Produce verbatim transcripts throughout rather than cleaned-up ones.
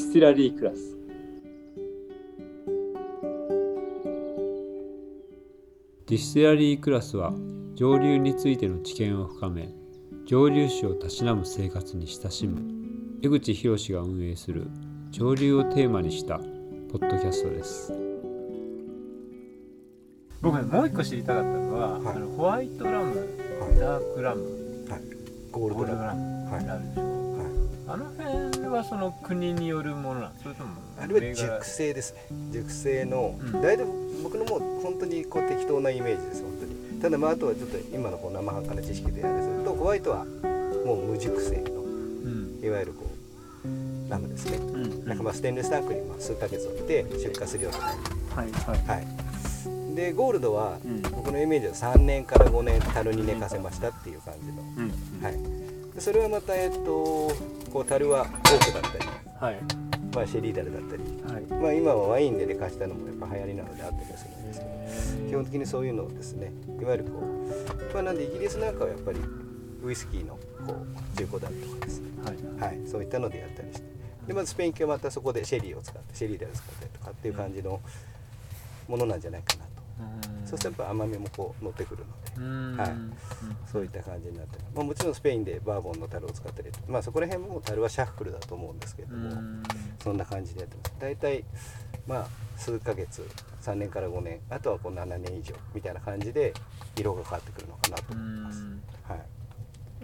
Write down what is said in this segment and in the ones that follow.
スティラリークラス。ディスティラリークラスは蒸留についての知見を深め、蒸留酒をたしなむ生活に親しむ江口博が運営する蒸留をテーマにしたポッドキャストです。 僕ね、もう一個知りたかったのは、はい、あのホワイトラム、はい、ダークラム、 はい、ゴールドラム、 ラム、はい、あるでしょ、はい、あの辺はその国によるものなんですか？それともあれは熟成ですね。熟成の、うん、大体僕のもう本当にこう適当なイメージです。本当に。ただまああとはちょっと今のこう生半可な知識であれすると、ホワイトはもう無熟成の、うん、いわゆるこうラムですね、うん、なんかまあステンレスタンクにまあ数ヶ月置いて出荷するような、はいはいはい、でゴールドは、うん、僕のイメージはさんねんからごねん樽に寝かせましたっていう感じの、うんうん、はい、でそれはまたえっとこう樽はオークだったり、はい、まあ、シェリー樽だったり、はい、まあ、今はワインで寝かしたのもやっぱ流行りなのであったりはするんですけど、基本的にそういうのをですね、いわゆるこう、まあ、なんでイギリスなんかはやっぱりウイスキーのこう中古樽とかですね、はいはい、そういったのでやったりして、でまずスペイン系はまたそこでシェリーを使ってシェリー樽を使ったりとかっていう感じのものなんじゃないかなと。そうするとやっぱ甘みもこう乗ってくるので、はい、そういった感じになってる、まあ、もちろんスペインでバーボンの樽を使ったり、まあ、そこら辺も樽はシャッフルだと思うんですけれども、そんな感じでやってます。大体まあ数ヶ月さんねんからごねん、あとはこうななねん以上みたいな感じで色が変わってくるのかなと思います。はい、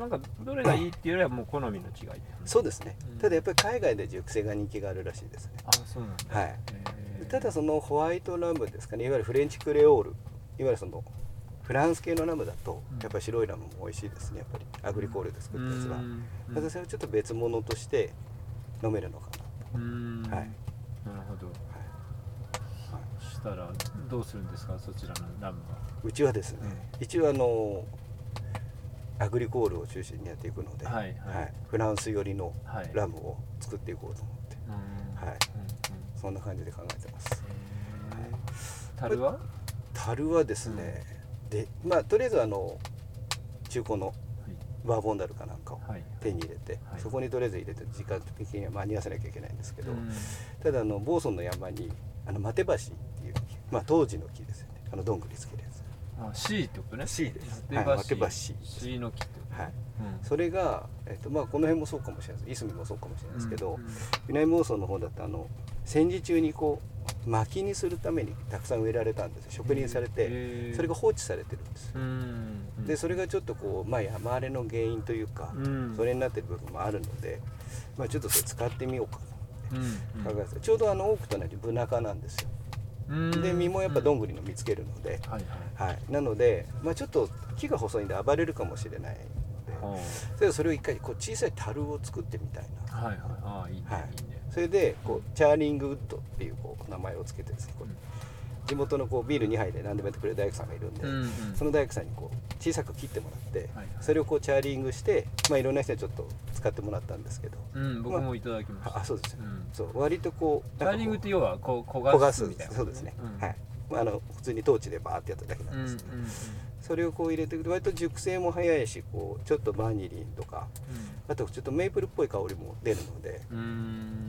なんかどれがいいっていうよりはもう好みの違い、ね、 そうですね。ただやっぱり海外で熟成が人気があるらしいですね。 あ、そうなんだ。 はい。ただそのホワイトラムですかね、いわゆるフレンチクレオール、いわゆるそのフランス系のラムだとやっぱり白いラムも美味しいですね。やっぱりアグリコールで作ったやつは、ただそれをちょっと別物として飲めるのかなと。 うーん、はい、なるほど、はいはい、そしたらどうするんですか、そちらのラムは。 うちはですね、うん、一応あのアグリコールを中心にやっていくので、はいはいはい、フランス寄りのラムを作っていこうと思って、はいはい、うん、そんな感じで考えてます。 樽は樽はですね、うん、でまあとりあえずあの中古のバーボンダルかなんかを手に入れて、はい、そこにとりあえず入れて時間的には間に合わせなきゃいけないんですけど、うん、ただあの房総の山にあのマテ橋っていう木、まあ、当時の木ですよね、あのどんぐりつけるやつ。 あ、C ってことね。 C です。 マテ橋、 はい、C です。 C の木ってこと、 はい、うん、それが、えっとまあ、この辺もそうかもしれないです、いすみもそうかもしれないですけど、うんうん、南房総の方だとあの戦時中にこう薪にするためにたくさん植えられたんですよ。植林されてそれが放置されてるんです、うんうん、でそれがちょっとこう、まあ、山荒れの原因というか、うん、それになってる部分もあるので、まあ、ちょっとそれ使ってみようかと思って、うんうん、ちょうどあの多くとなりブナ科なんですよ。で実もやっぱどんぐりの実つけるので、うん、はいはいはい、なので、まあ、ちょっと木が細いんで暴れるかもしれないので、それそれを一回こう小さい樽を作ってみたいな、はいはい、ああいいね、はい、いいね。それでこうチャーリングウッドっていうこう名前をつけてですね、これ地元のこうビールにはいで何でもやってくれる大工さんがいるんで、うんうん、その大工さんにこう小さく切ってもらって、はいはい、それをこうチャーリングして、まあ、いろんな人にちょっと使ってもらったんですけど、 うん、僕もいただきました。 まあ、あ、そうですよ、うん、そう割とこうチャーリングって要はこう焦がすみたいな、ね、 そうですね、うん、はい、あの普通にトーチでバーってやっただけなんですけど、うんうんうん、それをこう入れていくと割と熟成も早いし、こうちょっとバニリンとか、うん、あとちょっとメープルっぽい香りも出るので、うん、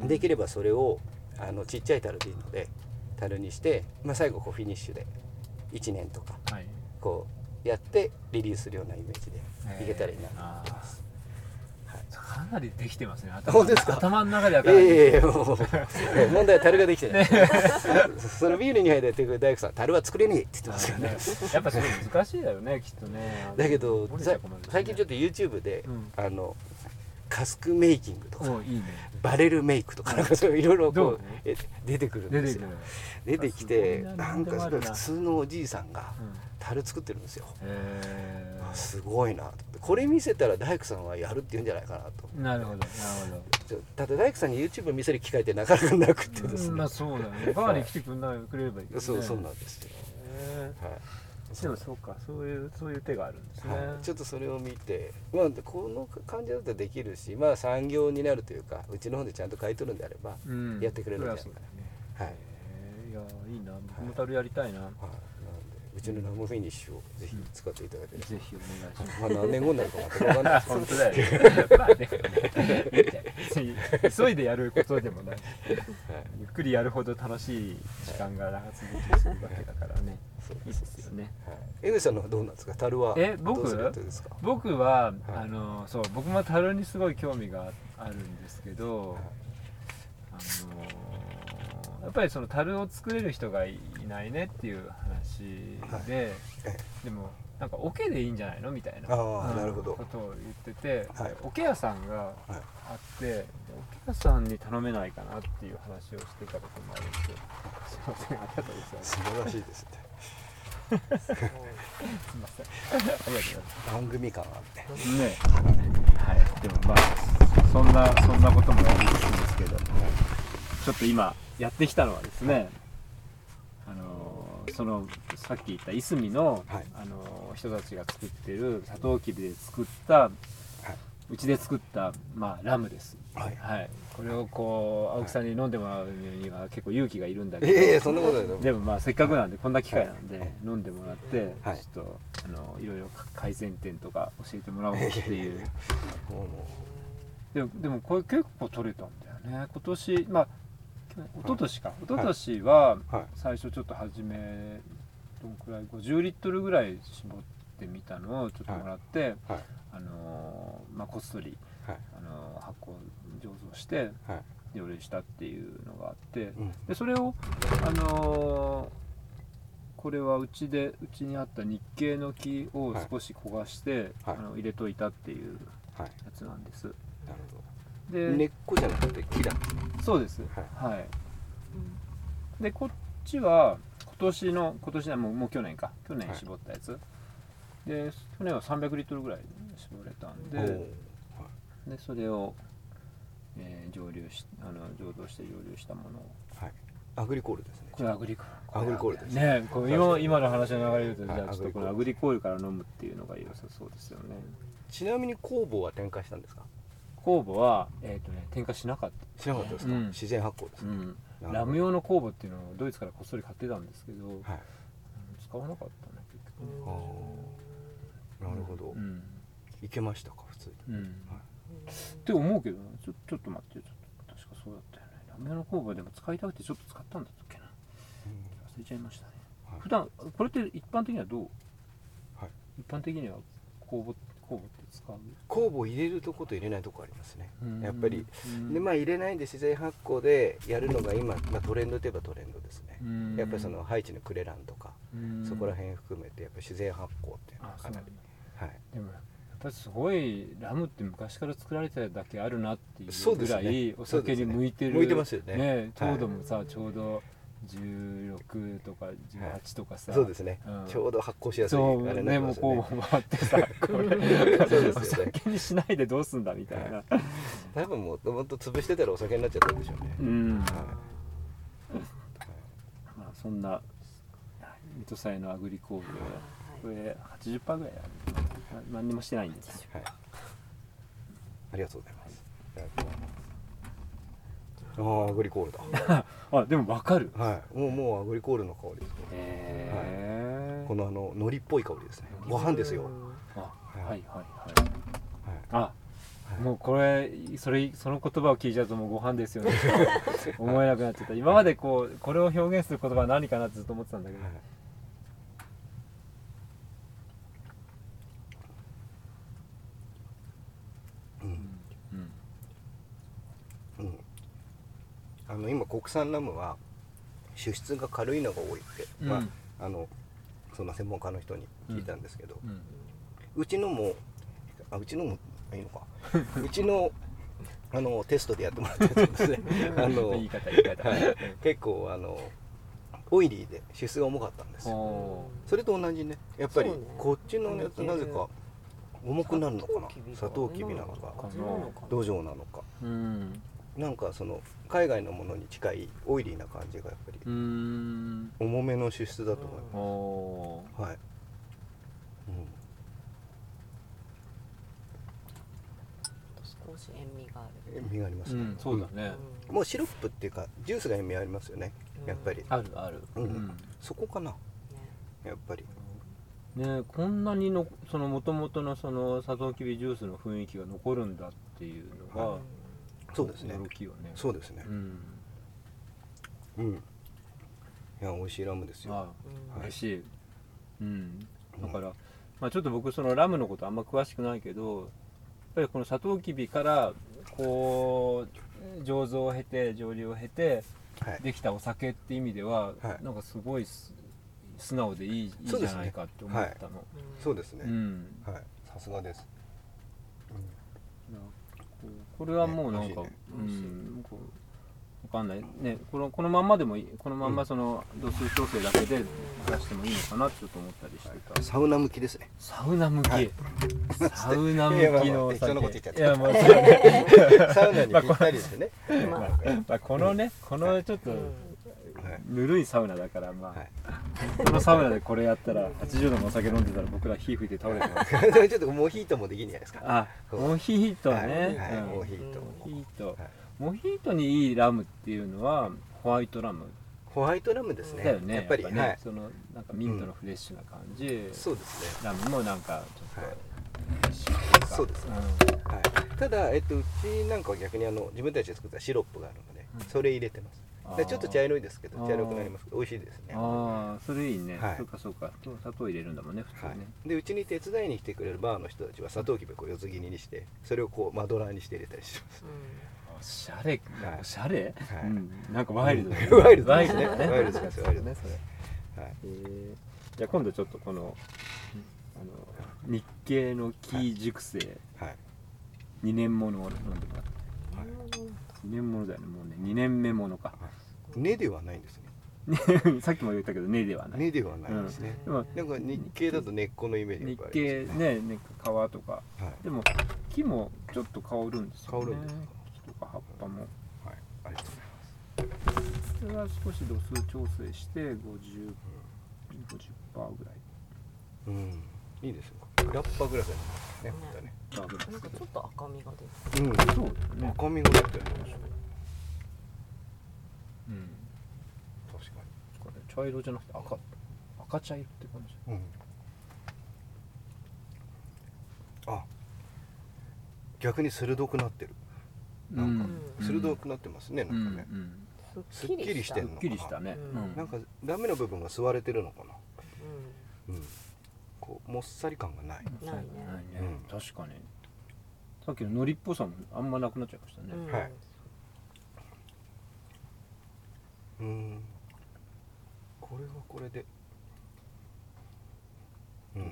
できればそれをあのちっちゃい樽でいいので樽にして、まあ、最後こうフィニッシュでいちねんとかこうやってリリースするようなイメージでいけたらいいなと思ってます。 かなりできてますね。 頭, ですか頭の中ではかなりできてます。えー、もう問題は樽ができてないそのビールにはいでやってくる大工さん、樽は作れねえって言ってますからねやっぱそれ難しいだよねきっとね。 だけど、ね、最近ちょっと YouTube で、うん、あのカスクメイキングとかいい、ね、バレルメイクとかなんかそういろいろこうえ出てくるんですよ。出てきてなんか普通のおじいさんが樽作ってるんですよ。へー、すごいなと。これ見せたら大工さんはやるって言うんじゃないかなと。 なるほどなるほど。 ただ大工さんに YouTube 見せる機会ってなかなかなくてですね、 うん、まあそうだね、バーに来てくれればいいけどね。 そうそうなんですよ。 はい、でもそうか、そういうそういう手があるんですね。 はい、ちょっとそれを見て、まあこの感じだとできるし、まあ産業になるというか、うちの方でちゃんと買い取るんであれば、うん、やってくれるんじゃないかな。はい。 いやいいな、僕も樽やりたいな。はい。 なんでううちのラムフィニッシュをぜひ使っていただいて、ね、 ぜひお願いします。 まあ何年後になるか全く分かんないです本当だよね。まあね、別に急いでやることでもないし、ゆっくりやるほど楽しい時間が長続きするわけだからね。いいですよね。 はい、江口さんのはどうなんですか？樽はえ僕どうする予定ですか？ 僕は、 はい、 あのそう僕も樽にすごい興味があるんですけど、 はい、 あのやっぱりその樽を作れる人がいないねっていう話で、 はい、 でもなんか桶でいいんじゃないのみたいな、 あ、なるほど、 ことを言ってて、 はい、 桶屋さんがあって、はい、桶屋さんに頼めないかなっていう話をしてたこともあるんですよ。すいません、ありがとうございます。 素晴らしいですね。 すみません。ありがとうございます。 番組感があって。 ね。はい。でもまあそんなそんなこともやりつつですけど、ちょっと今やってきたのはですね、あのそのさっき言ったいすみの、はい、あの人たちが作ってるサトウキビで作った、はい、うちで作ったまあラムです。はい。はい、これをこう青木さんに飲んでもらうには結構勇気がいるんだけど、 ええ、そんなことない。 でもまあせっかくなんでこんな機会なんで飲んでもらって、 はい、 ちょっとあのいろいろ改善点とか教えてもらおうっていう。でもでもこれ結構取れたんだよね。今年まあ一昨年か、一昨年は最初ちょっと初めどんくらいごじゅうリットルぐらい絞ってみたのをちょっともらって、はいはい、あのまあこっそり、はい、あの発酵醸造して料理したっていうのがあって、うん、でそれをあのこれはうちでうちにあった日系の木を少し焦がして、はい、あの入れといたっていうやつなんです。はい、 なるほど。で根っこじゃなくて木だ。 そうです。はい。はい、でこっちは今年の今年はもうもう去年か去年絞ったやつ、はい、で去年はさんびゃくリットルぐらい絞れたんで、はい、でそれを、えー、蒸留しあの醸造して蒸留したものを、 はい、アグリコールですね。 これアグリコール。 アグリコールですね。こう今今の話の流れで言うと、じゃあちょっとこのアグリコールから飲むっていうのが良さそうですよね。 ちなみに酵母は添加したんですか？ 酵母は、えーとね、添加しなかった。 しなかったですか？うん、自然発酵ですね。 うん、ラム用の酵母っていうのをドイツからこっそり買ってたんですけど、はい、使わなかったね結局ね。 あ、なるほど。うん、いけましたか普通に。うん、はい、 って思うけどちょちょっと待ってちょっと確かそうだったよね。ラム用の酵母でも使いたくてちょっと使ったんだったっけな。うん、忘れちゃいましたね。はい、普段これって一般的にはどう？はい、一般的には酵母酵母って使う？ 酵母を入れるとこと入れないとこありますね。やっぱりで、まあ、入れないで自然発酵でやるのが今、まあ、トレンドといえばトレンドですね。やっぱりそのハイチのクレランとかそこら辺含めてやっぱり自然発酵っていうのはかなり、はい、 でもやっぱりすごいラムって昔から作られてただけあるなっていうぐらいお酒に向いてる、 向いてますよね。 ね、糖度もさ、はい、ちょうどじゅうろくとかじゅうはちとかさ、 そうですね、うん、ちょうど発酵しやすいあれね、もうこう回ってさこれそうですよね、お酒にしないでどうすんだみたいな、はい、 多分もともと潰してたらお酒になっちゃったんでしょうね。うん、はい、 まあ、そんな水戸祭のアグリコールでこれ はちじゅっパーセント ぐらいある、何にもしてないんです、はい、 ありがとうございます。ああ、アグリコールだあ、でも分かる、 はい、もうもうアグリコールの香りですね。へ、はい、このあの海苔っぽい香りですね。ご飯ですよ。 あ、はいはいはい、はい、あ、はい、もうこれそれその言葉を聞いちゃうともうご飯ですよね思えなくなっちゃった。今までこうこれを表現する言葉は何かなってずっと思ってたんだけど、はい、 あの今国産ラムは脂質が軽いのが多いって、うん、まあ、あのその専門家の人に聞いたんですけど、うんうん、うちのもあうちのもいいのかうちのあのテストでやってもらったやつですねあの言い方言い方、はい、 結構あのオイリーで脂質が重かったんですよ。それと同じね、やっぱりこっちのやつなぜか重くなるのかな、サトウキビなのか土壌なのか、うん、なんかその海外のものに近いオイリーな感じがやっぱり重めの脂質だと思います。はい、 うん、少し塩味がある。 塩味がありますね。 うん、そうだね。 もうシロップっていうかジュースが塩味ありますよね。やっぱり。 あるある。 うん。そこかな。 やっぱりね、こんなにのその元々のそのサトウキビジュースの雰囲気が残るんだっていうのが、 はいそうですね驚きよね。 そうですねうん、 うんいや美味しいラムですよ。 ああ、 はい嬉しい。うん、だから、まあ、ちょっと僕そのラムのことあんま詳しくないけど、やっぱりこのサトウキビからこう醸造を経て蒸留を経てはいできたお酒って意味では、 はいなんかすごいす素直でいい、いいじそうですねゃないかって思ったの。 そうですね、 うん、 はいさすがです。 これはもうなんか、 ねうん、こうわかんないね、このこのまんまでもいい、このまんまその度数調整だけで出してもいいのかなってちょっと思ったりしてた。 サウナ向きですね。 サウナ向き、 はいサウナ向いやまあきのお適当なこと言っちゃった酒。いやもうそうねサウナにぴったりですね。 まあまあこのね、このちょっとはいぬるいサウナだから、まはいあこのサウナでこれやったらはちじゅうどのお酒飲んでたら僕ら火吹いて倒れてます。 ちょっとモヒートもできるんじゃないですか。 あ、モヒートね、 はいはいうんモヒートモヒート、 はいモヒートにいいラムっていうのはホワイトラムホワイトラムですね。 だよね。 やっぱりね、 はいそのなんかミントのフレッシュな感じ、 そうですね。 ラムもなんかちょっはいとフレッシュっていうかそうですねはい。ただえっとうちなんかは逆にあの自分たちで作ったシロップがあるので、 うんそれ入れてます。 あーでちょっと茶色いですけどあー茶色くなりますけど美味しいですね。 ああ、それいいね、 はいそうかそうか、砂糖入れるんだもんね普通ね、 はい、でうちに手伝いに来てくれるバーの人たちはサトウキビをこう四つ切りにしてそれをこうマドラーにして入れたりしてます。 おしゃれ、 はいおしゃれ、 はいうん、なんかワイルドだね、 ワイルドワイですねルドだね、 ワイルドですワイルドねそれ。 はい、 えーじゃあ今度ちょっとこのあの日系の木熟成はいにねんものを飲んでもらってにねんものだよね、もうねにねんめものか根ではないんですね。 さっきも言ったけど根ではない、 根ではないんですね。 でもなんか日系だと根っこのイメージ日があり系ますね。 ね、ね皮とかはいでも木もちょっと香るんですよね。 香るんですか木とか葉っぱも。 はいありがとうございます。 それは少し度数調整してごじゅう、ごじゅっパーセントぐらい。 うんいいですよ。ラッパグラスにねまたね。 ダブルなんかちょっと赤みが出てうんそうだよね。 赤みが出てる。 うん。 確かこれ茶色じゃなくて赤赤茶色って感じ。 に。うん。あ逆に鋭くなってる。なんかうん鋭くなってますねなんかね。 うんすっきりしてんのすっきりしたね。 うんなんかダメな部分が吸われてるのかな。うん。こうもっさり感がない。 ないねないね、 うん確かに。さっきの海苔っぽさもあんまなくなっちゃいましたね。 うんはいうん。これはこれで。うん。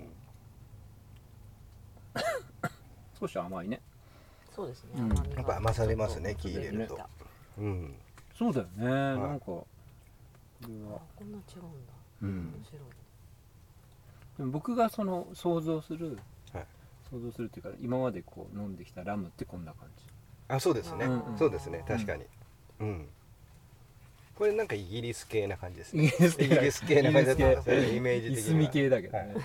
少し甘いね。 そうですね、 うん甘みがやっぱ甘さ出ますねちょっ木入れると出てきたうん。 そうだよね。なんかこれあは。 こんな違うんだうん面白いでも僕がその想像する、 はい想像するっていうか今までこう飲んできたラムってこんな感じ。 あそうですねうんうんそうですね確かにうん。これなんかイギリス系な感じですね。 イギリス系イギリス系な感じだと思いますイギリス系イメージ的には。 いすみ系だけどね。 はい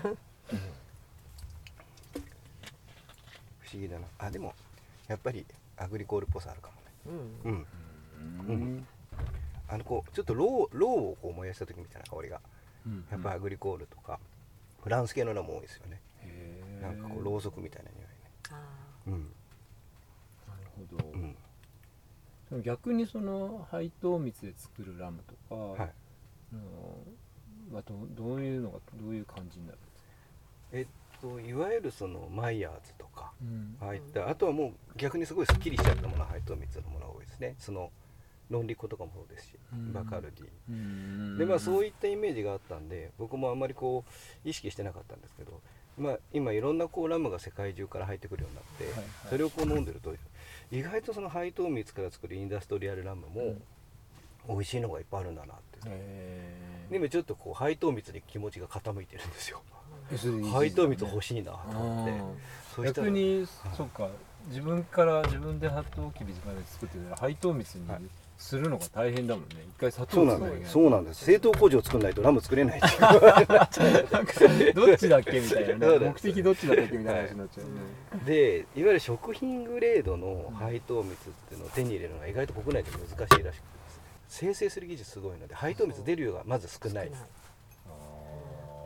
不思議だな。あでもやっぱりアグリコールっぽさあるかもね。 うんうん。 ううんんあのこうちょっとロウロウをこう燃やした時みたいな香りがうんやっぱアグリコールとかフランス系のラム多いですよね。 へーなんかこうろうそくみたいな匂いね。 あうんなるほど。 うんでも逆にその配糖蜜で作るラムとか、 はい。 うんはどどういうのがどういう感じになるんですか。 えっといわゆるそのマイヤーズとかうんああいったあとはもう逆にすごいすっきりしちゃったものは配糖蜜のものが多いですね。そのロンリコとかもそうですしうんバカルディ。 うんでまあそういいったイメージがあったんで僕もあんまりこう意識してなかったんですけど、まあ、今いろんなこうラムが世界中から入ってくるようになって、 はいはいそれをこう飲んでると意外とその配糖蜜から作るインダストリアルラムも美味しいのがいっぱいあるんだなって、 へで今ちょっとこう配糖蜜に気持ちが傾いてるんですよ。 ー配糖蜜欲しいなと思って、 あーそしたら逆に、 はいそっか自分から自分でハトウキビ自分で作ってたら配糖蜜にはいするのが大変だもんね。一回砂そうなん糖作らなきゃいけない。 ですそうなんです製糖工場作んないとラム作れないっていうどっちだっけみたいなね。 そうです目的どっちだったっけみたいな話になっちゃうね。 でいわゆる食品グレードの配糖蜜っていうのを手に入れるのが意外と国内で難しいらしくてですね、精製する技術すごいので配糖蜜出る量がまず少ないです。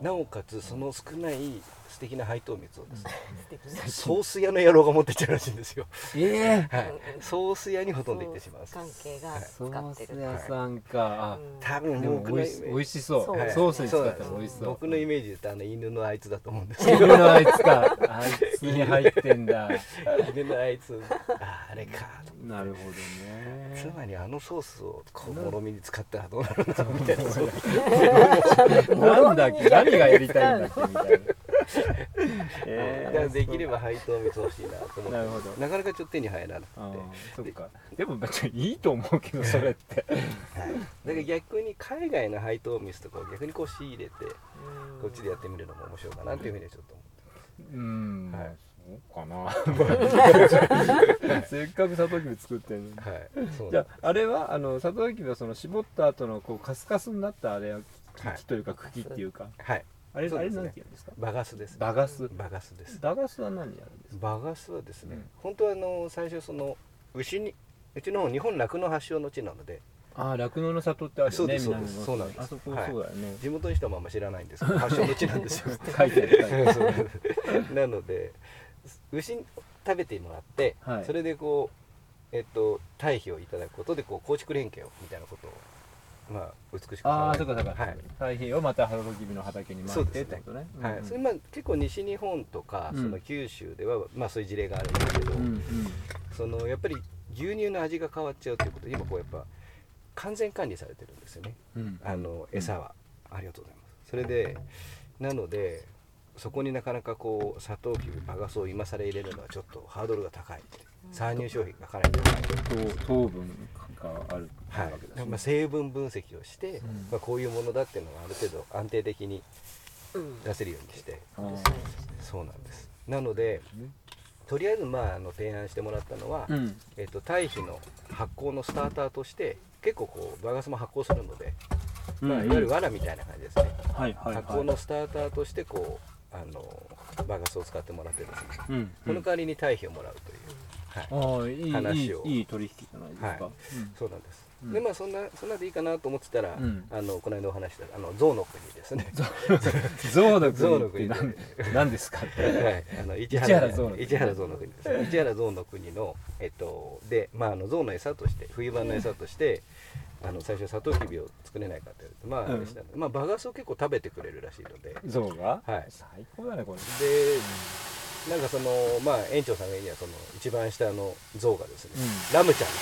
なおかつその少ない素敵な配糖蜜をですね、 素敵なソース屋の野郎が持ってっちゃうらしいんですよ。 ええはい、ソース屋にほとんど行ってしまう。 関係がソ使ってるース屋さんか、あ多分でも僕のイメ美味し美味ージ、 しそう、 そうソースに使ったら美味しそう。 僕のイメージで言うとあの犬のあいつだと思うんですけど、 犬のあいつか、あいつに入ってんだ。 犬のあいつ、ああれかと。 なるほどつね。 まりあのソースをこうもろみに使ったらどうなるんだろうみたいな、そうなんだっけ、何がやりたいんだっけみたいな。えだからできれば配糖蜜欲しいなと思って、 なるほどなかなかちょっと手に入らなくて、 あーそっか。でも別にいいと思うけど、それって。 はい、だから逆に海外の配糖蜜とかを逆にこう仕入れてこっちでやってみるのも面白いかなっていうふうにはちょっと思ってうーん、 はいそうかな。せっかくサトウキビ作ってるのに。 ます。はい、そうじゃあ、あれはあのサトウキビはその絞った後のこうカスカスになったあれははい木というか茎っていうか、 はい、 あれ、あれそうですねなんて言うんですか？ バガスです。 バガス。 バガスです。 バガスは何やるんですか？ バガスはですね、 うん本当はあの最初その牛にうちの日本酪農発祥の地なので、 ああ、酪農の里ってあるよね。 そうですそうで南のすそうなんですあそこはいそうだよね。 地元の人はあんま知らないんですけど発祥の地なんですよ。 書いてある書いてある。 そうなんですなので牛に食べてもらって、 はいそれでこうえっと堆肥をいただくことでこう耕畜連携をみたいなことをまあ美しくああ、 考えそうかそうか。 はい、 太平洋またサトウキビの畑に巻いてってことね。 はい、それまあ結構西日本とか、 うんその九州ではまあそういう事例があるんですけど、 うんうんそのやっぱり牛乳の味が変わっちゃうということで今こうやっぱ完全管理されてるんですよね、 うんあの餌は、ありがとうございます。それでなのでそこになかなかこうサトウキビバガスを今更入れるのはちょっとハードルが高い、参入消費がかなり高い、 糖糖分があるはいわけだしね。 まあ、成分分析をして、 うんまあ、こういうものだっていうのがある程度安定的にうん出せるようにして、 あーそうなんです。なのでとりあえずまああの提案してもらったのは、 うんえっと堆肥の発酵のスターターとして結構こうバガスも発酵するので、まあ、いわゆる藁みたいな感じですね、 はいはいはい。 発酵のスターターとしてこうあのバガスを使ってもらってですね、 うんその代わりに堆肥をもらうという、はい、 ああ、いいい話をいいい取引じゃないですか。 はいうんそうなんです、 うんでまあそんなそんなでいいかなと思ってたら、 うんあのこの間お話したあの象の国ですね象の象の国で国って何何ですかって。 はい、あの市市原原象の国市原象の国ですね。市原象の国のえっとでまああの象の餌として冬場の餌としてあの最初サトウキビを作れないかって言われてまあ、 うんあれしたんでまあバガスを結構食べてくれるらしいので、 象が、 はい最高だねこれ。 でなんかそのまあ園長さんが言うにはその一番下の象がですね、 うラムちゃん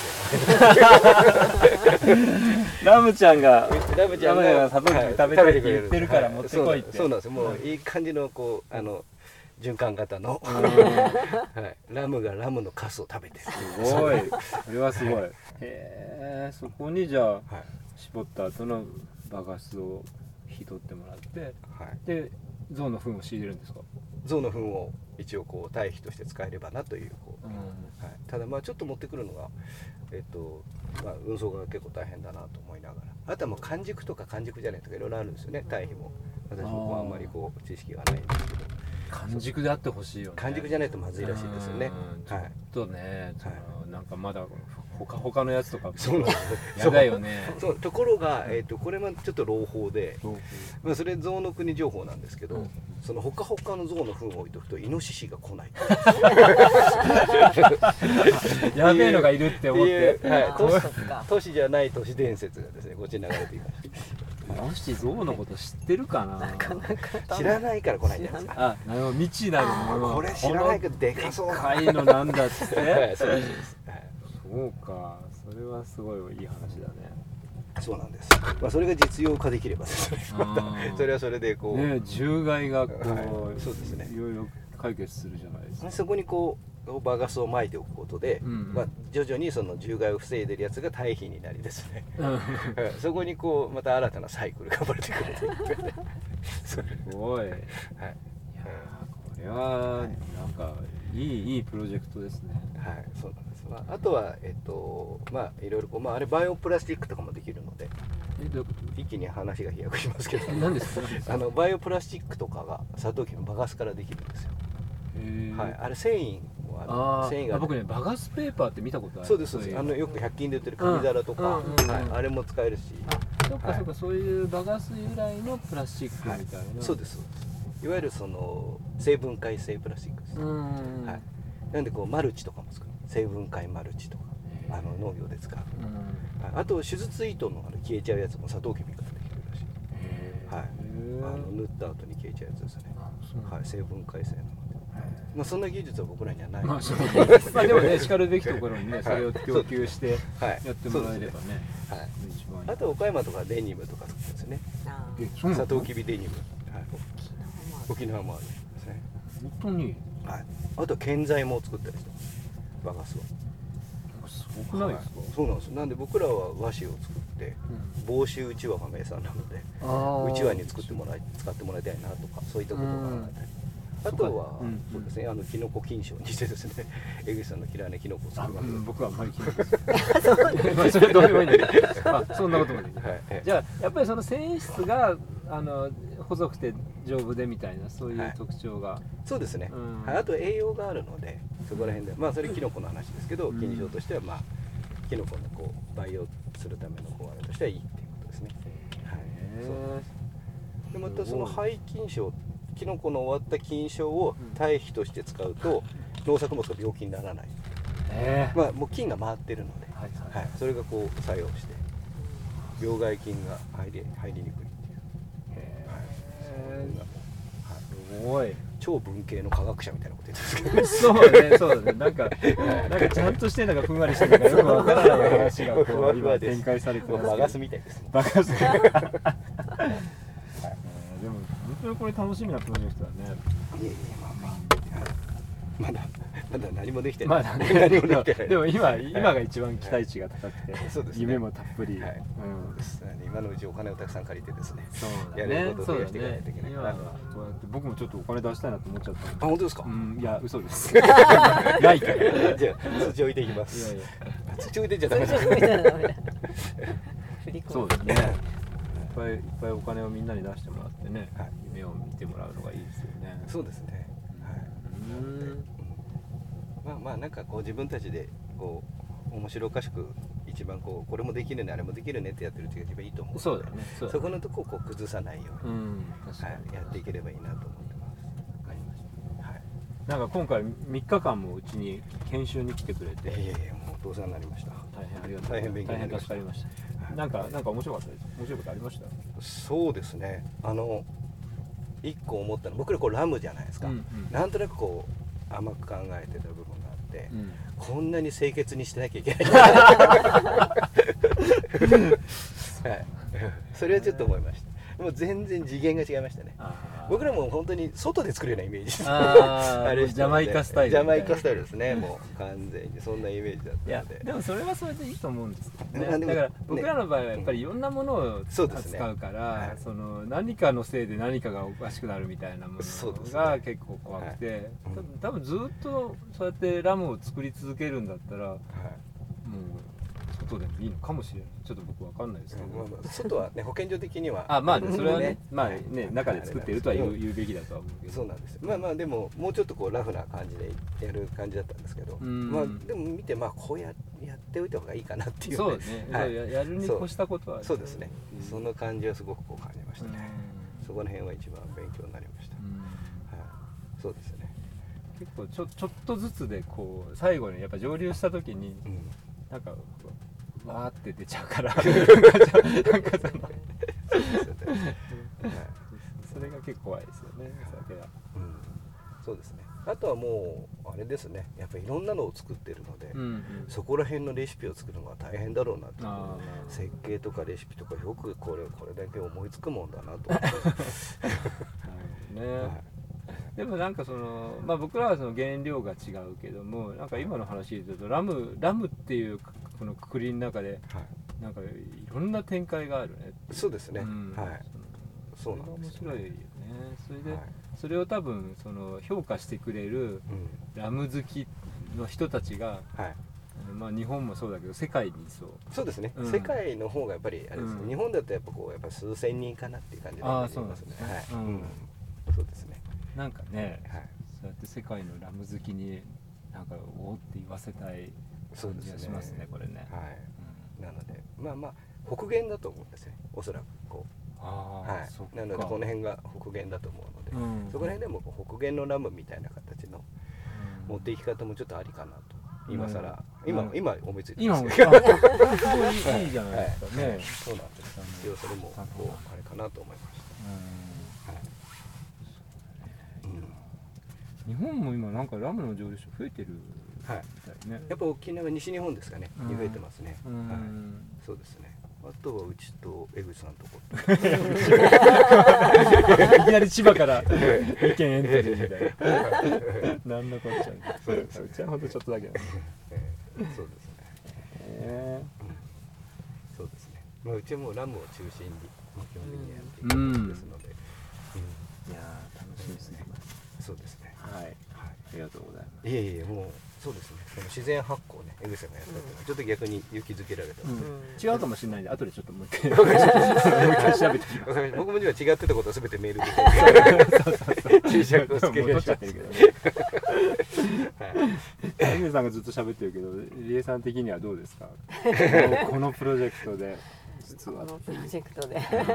みラムちゃんがたいなラムちゃんラムちゃんががサトウキビはい食べたいってくれ言ってるから持ってこいってそうなんですそうなんですもういい感じのこうあの循環型の、 うんはい、ラムがラムのカスを食べてるすごい。それはすごい。へえ、そこにじゃあはい絞った後のバガスを引き取ってもらって、 はいで象の糞を仕入れるんですか。 象の糞を一応こう堆肥として使えればなというこう、 うんはい、ただまあちょっと持ってくるのが、えっとまあ、運送が結構大変だなと思いながらあとはもう完熟とか完熟じゃないとかいろいろあるんですよね堆肥も私もこうあんまりこう知識がないんですけど完熟であってほしいよね。 完熟じゃないとまずいらしいですよねうんはいちょっとね、そのはなんかまだほかほかのやつとかそうなんですやだよね。 そうところが、えっとこれもちょっと朗報で、 そうまあ、それ象の国情報なんですけど、 うんそのほかほかの象の糞を置いとくとイノシシが来ないやべえのがいるって思って。 はいあーそっか都市じゃない都市伝説がですねこっちに流れていましもし象のこと知ってるかな。 なかなかた知らないから来ないんじゃないですかあ、なるほど、未知なるもの。 これ知らないけどでかそうこなのでっかいのなんだっつっはいて。 そうです、はいそうか、それはすごいいい話だね。 そうなんです、まあ、それが実用化できればですねまあたーそれはそれでこう、 ね、獣害がこう、 はいそうですねいろいろ解決するじゃないですか。 そこにこうバガスを撒いておくことで、 うんうんまあ、徐々にその獣害を防いでるやつが堆肥になりですねうんはいそこにこうまた新たなサイクルが生まれてくるというそれすごい。いやはいーこれはなんかいいいいプロジェクトですね。 はい、そうなんです、まあ、あとはえっとまあいろいろこう、まあ、あれバイオプラスチックとかもできるのでえ、どういうこ一気に話が飛躍しますけどと？何ですか？ あのバイオプラスチックとかがサトウキビのバガスからできるんですよ、 へーはい、あれ繊維こうああの繊維があ僕ねバガスペーパーって見たことある。 そうですそうです。あのよくひゃく均で売ってる紙皿とか、 うんうんうんはい、あれも使えるし、 あそっかそっか、そういうバガス由来のプラスチックみたいな、 そうですそうです。いわゆるその成分解性プラスチックです。 うん、 はい。なんでこうマルチとかも使う。成分解マルチとかあの農業で使う。 うん、 はい、あと手術糸のあの消えちゃうやつもサトウキビからできるらしい。 へーはい。あの縫った後に消えちゃうやつですね。 あそうなんだはい、成分解性なので。まあそんな技術は僕らにはない。 まあそうまあでもねしかるべきところにねそれを供給してはいやってもらえればね、 はい。 一番いい。 あと岡山とかデニムとか作ってるんですよね。 あえそうなのサトウキビデニム。はい。 ー沖縄もあるんですね。 本当にはい。あと建材も作ったりしてます。バガスを。 すごくないですか、 はいそうなんです。なんで僕らは和紙を作ってうん防臭うちわが名産なので、 あーうちわに作ってもらい使ってもらいたいなとかそういったことがあったり。あとはうんそうですね。あのキノコ菌床にしてですね、江口さんの嫌いなキノコを作あります。 うん僕はあんまり聞いてないまあそれどうでもいいんだけどあそんなこともできない、 はいええじゃあやっぱりその繊維質があの細くて丈夫でみたいなそういう特徴が、 そうですね、 うんはい、あと栄養があるのでそこら辺でまあそれキノコの話ですけど、 うん菌床としてはまあキノコのこう培養するためのこうあれとしてはいいっていうことですね、はい、そうでまたその廃菌床キノコの終わった菌床を堆肥として使うと農作物が病気にならない、 ええまあもう菌が回ってるので、 はいはいはい、それがこう作用して病害菌が入り入りにくいっていう、 へそんなもうすごい超文系の科学者みたいなこと言ってるんですけどそうねそうだねなんかなんかちゃんとしてんだかふんわりしてんだかよくわからない話がこふわう今ふわです展開されてますけどバガスみたいですねバカすぎるでも本当にこれ楽しみなプロジェクトだねいえいえまあまあはいまだまだ何もできてない、 まだね何もできてないでも今今が一番期待値が高くて、 そうですね夢もたっぷり、 はいうんです今のうちお金をたくさん借りてですねそうだやねれることを増やしそうだねていかないといけない今はかなと、 こうやって僕もちょっとお金出したいなと思っちゃったんであ本当ですか、 うんいや嘘ですないからいやいじゃあ通知置いていきますや通知置いてんじゃダメだそれじゃダメだダメだ振り込むそうですねいっぱいいっぱいお金をみんなに出してもらってね、 はい夢を見てもらうのがいいですよねそうですねはいうんまあまあなんかこう自分たちでこう面白おかしく一番こうこれもできるねあれもできるねってやってるうちが一番いいと思うのでそうだねそうだねそこのとこをこう崩さないように、 うん確かに、 はい、やっていければいいなと思ってますわかりましたはいなんか今回みっかかんもうちに研修に来てくれていやいやいやもうお父さんになりました大変ありがとう大変勉強大変になりました助かりました、 はいなんかなんか面白かったです面白いことありましたそうですねあの一個思ったの僕らこうラムじゃないですか、 うんうんなんとなくこう甘く考えてた部分があって、 うんこんなに清潔にしてなきゃいけないはい、それはちょっと思いましたもう全然次元が違いましたねあー僕らも本当に外で作るようなイメージですあーあれジャマイカスタイルジャマイカスタイルですねもう完全にそんなイメージだっいやたのででもそれはそれでいいと思うんですけどねまあでもだからね僕らの場合はやっぱりいろんなものをそうですね扱うから、 はいその何かのせいで何かがおかしくなるみたいなもそうですのがね結構怖くて、 はいうん多分多分ずっとそうやってラムを作り続けるんだったらもうはい外でもいいのかもしれないちょっと僕わかんないですけど、 まあまあ外はね保健所的にはあまあねそれはねねまあね中で作っているとは言ううん言うべきだとは思うけどそうなんですよまあまあでももうちょっとこうラフな感じでやる感じだったんですけど、 うんまあでも見てまあこうややっておいた方がいいかなっていうそうね、 はいそうややるに越したことはあるそうですね、 うんその感じはすごくこう感じましたね、 うんそこら辺は一番勉強になりました、 うんはい、そうですね、 結構ちょちょっとずつでこう最後にやっぱ蒸留した時にうん、 なんかわーって出ちゃうからなんかちょなんかそのそうですよね、はいそれが結構怖いですよね酒は。 うん、そうですねあとはもうあれですねやっぱりいろんなのを作ってるので、 うんうんそこら辺のレシピを作るのは大変だろうなとあー設計とかレシピとかよくこれこれだけ思いつくもんだなと思って、 なるほどね、 はいでもなんかその、まあ、僕らはその原料が違うけどもなんか今の話で言うとラムラムっていうこのくくりの中ではいなんかいろんな展開があるね。 そうですね、 うんはいそうなんそれですが面白いよね。それで、 はいそれを多分その評価してくれるうんラム好きの人たちが、 はい、 あのまあ日本もそうだけど世界にいそう。 そうですね、 うん世界の方がやっぱりあれですね、 うん日本だとやっぱこうやっぱ数千人かなっていう感じであーそうなんですねはい、 うんうんそうですねなんかね、 はいそうやって世界のラム好きになんかおーって言わせたい感じがしますねこれね。 はい、なのでまあまあ北限だと思うんですよ、おそらくこう。 あはい、なのでこの辺が北限だと思うので、うん、そこら辺でも北限のラムみたいな形の持っていき方もちょっとありかなと、今更、うん、今、うん、今思いついてますけど、すごいいいじゃないですかね。はい、 そうなんです。一応それもこうあれかなと思いました。うん、はい、 日本も今なんかラムの蒸留所増えてるみたいね。 はい、やっぱ沖縄西日本ですかね、に増えてますね。 うん、 はい、そうですね。あとはうちと江口さんとこいきなり千葉から意見エントリーみたいな何のこっちゃううちはほんとちょっとだけだ、 えー、そうですね、えーうん、そうですね、まあ、うちはもうラムを中心に基本的にやっていくんですので、うんうん、いや楽しみですね、 そうですね、 はい、はい、ありがとうございます。 いえいえ、もうそうですね、その自然発酵ね、江口さんがやったっていうのはちょっと逆に勇気づけられた、うん、 違うかもしれないんで後でちょっともう一回もう一回調べてきます。 僕も今違ってたことは全てメールで注釈をつけて取っちゃってるけどね。江口さんがずっと喋ってるけど、リエさん的にはどうですか、このプロジェクトで。実はこのプロジェクトで私がそうですね、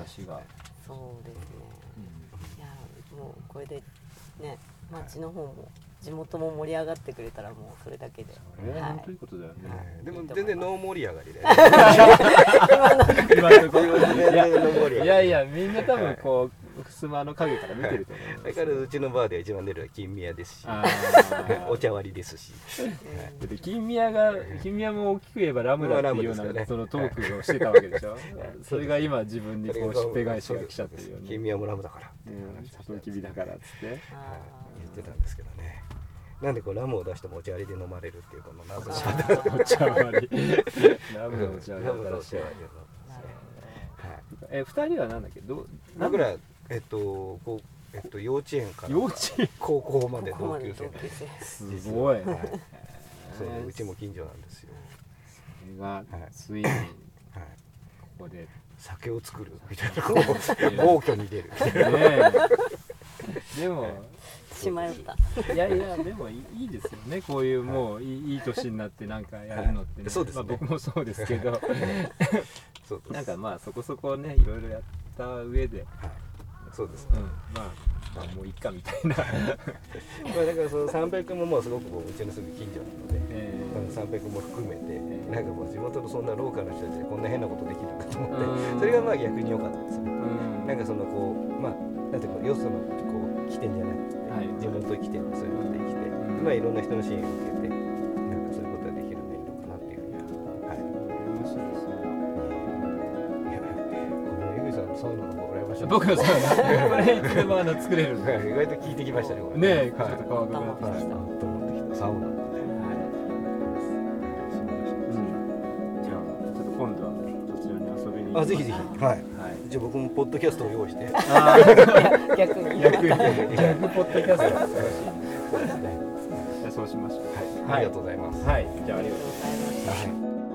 いやもうこれでね、町の方も地元も盛り上がってくれたらもうそれだけで、 それは本当いいことだよね。 でも全然ノー盛り上がりで。 今のところいやいや、みんな多分こう襖の影から見てると思う。 だからうちのバーでは一番出るのは金宮ですし、お茶割りですし。 で金宮が金宮も大きく言えばラムだっていうようなそのトークをしてたわけでしょ。それが今自分にこうしっぺ返しが来ちゃってるよね。 金宮もラムだから。 サトウキビだからっつって言ってたんですけどね。なんでこうラムを出してもお茶割りで飲まれるっていうこの謎のお茶割り。ラムのお茶割り。え、二人はなんだっけど。 僕らえっとこうえっと幼稚園から幼稚園高校まで同級生。 すごい。 そううちも近所なんですよ。 それがついにここで酒を作るみたいな暴挙に出る。 でも。 しまった。 いやいやでもいいですよね、こういうもういい年になってなんかやるのってね。 そうですね。 僕もそうですけど、なんかまあそこそこねいろいろやった上で、 そうです。 まあまあもういっかみたいな。 まあだからその三平君ももうすごくうちのすぐ近所なので、三平君も含めてなんかもう地元のそんなローカルの人たちでこんな変なことできるかと思って、それがまあ逆に良かったですね。なんかそのこうまあなんていうかよそのこう起点じゃなくて。自分と生きてそういうことで生きて、まあいろんな人の支援を受けてなんかそういうことができるのがいいのかなっていうふうに、はい。 面白いですね。 いや、この江口さんのサウナの方羨ましい。 僕のサウナ、これいつでもあの作れる。 意外と聞いてきましたねこれ。 ねえ、ちょっと川がなってきた。 と思ってきたサウナ。はい。 じゃあちょっと今度はそちらに遊びに。 あ、ぜひぜひ。はい。じゃあ僕もポッドキャストを用意して。 逆に逆に逆ポッドキャスト。 そうですね。 じゃあそうしましょう。 はい。ありがとうございます。 はい。じゃあありがとうございます。 はい。